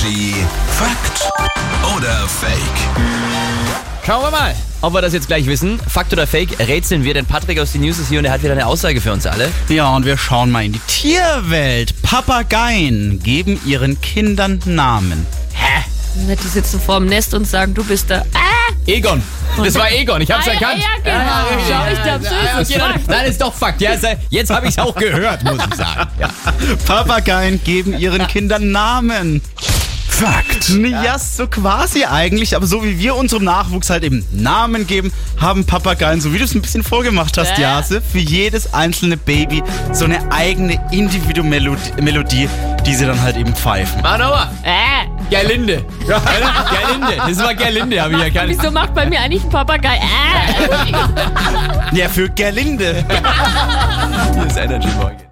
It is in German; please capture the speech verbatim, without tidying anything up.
Energy Fakt oder Fake? Schauen wir mal, ob wir das jetzt gleich wissen. Fakt oder Fake, rätseln wir, denn Patrick aus den News ist hier und er hat wieder eine Aussage für uns alle. Ja, und wir schauen mal in die Tierwelt. Papageien geben ihren Kindern Namen. Hä? Na, die sitzen vorm Nest und sagen, du bist der... Ah! Egon. Das war Egon, ich hab's Ah, ja, erkannt. ja, genau. Schau, ich hab's Ja, so okay, gefragt. Nein, ist doch Fakt. Ja, jetzt habe ich es auch gehört, muss ich sagen. Ja. Papageien geben ihren Kindern Namen. Fakt. Ja, so quasi eigentlich, aber so wie wir unserem Nachwuchs halt eben Namen geben, haben Papageien, so wie du es ein bisschen vorgemacht hast, Äh? Jase, für jedes einzelne Baby so eine eigene individuelle Melodie, Melodie, die sie dann halt eben pfeifen. Mach nochmal. Äh, Gerlinde. Gerlinde. Das war Gerlinde, habe ich erkannt. wieso macht bei mir eigentlich ein Papagei? Äh? Ja, für Gerlinde. Das Energy Morgen.